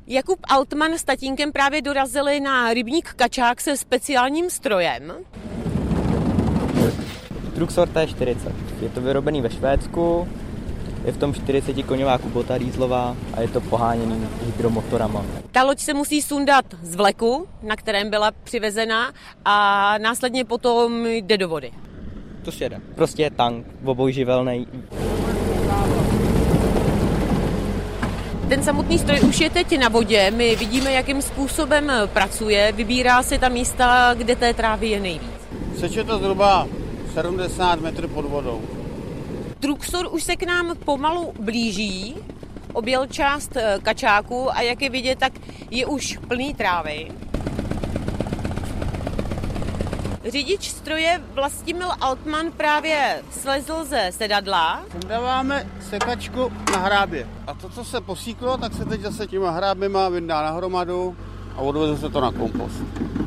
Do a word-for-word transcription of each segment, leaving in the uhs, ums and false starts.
Jakub Altman s tatínkem právě dorazili na rybník Kačák se speciálním strojem. Truxor T čtyřicet. Je to vyrobený ve Švédsku, je v tom čtyřicetikoňová kubota dýzlová a je to poháněný hydromotorama. Ta loď se musí sundat z vleku, na kterém byla přivezena, a následně potom jde do vody. To si jede. Prostě je tank, obojživelný. Ten samotný stroj už je teď na vodě, my vidíme, jakým způsobem pracuje, vybírá si ta místa, kde té trávy je nejvíc. Seče to zhruba sedmdesát metrů pod vodou. Truxor už se k nám pomalu blíží, objel část Kačáku a jak je vidět, tak je už plný trávy. Řidič stroje Vlastimil Altman právě slezl ze sedadla. Dáváme sekačku na hrábě. A to, co se posíklo, tak se teď zase těma hráběma vyndá na hromadu a odveze se to na kompost.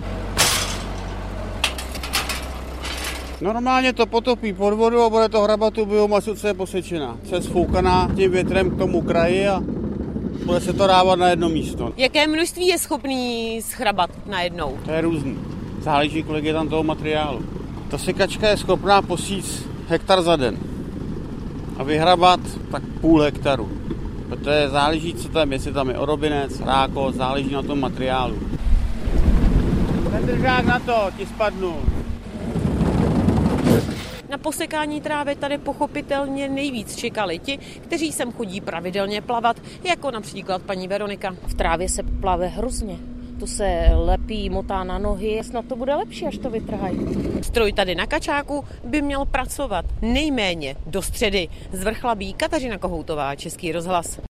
Normálně to potopí pod vodu a bude to hrabat tu biomasu, co je posečená. Co je sfoukaná tím větrem k tomu kraji a bude se to dávat na jedno místo. Jaké množství je schopný schrabat najednou? To je různý. Záleží, kolik je tam toho materiálu. Ta sekačka je schopná posít hektar za den a vyhrabat tak půl hektaru. Protože záleží, co tam, jestli tam je orobinec, rákos, záleží na tom materiálu. Ten držák na to, ti spadnu. Na posekání trávy tady pochopitelně nejvíc čekali ti, kteří sem chodí pravidelně plavat, jako například paní Veronika. V trávě se plave hrozně. To se lepí, motá na nohy, snad to bude lepší, až to vytrhají. Stroj tady na Kačáku by měl pracovat nejméně do středy. Z Vrchlabí Kateřina Kohoutová, Český rozhlas.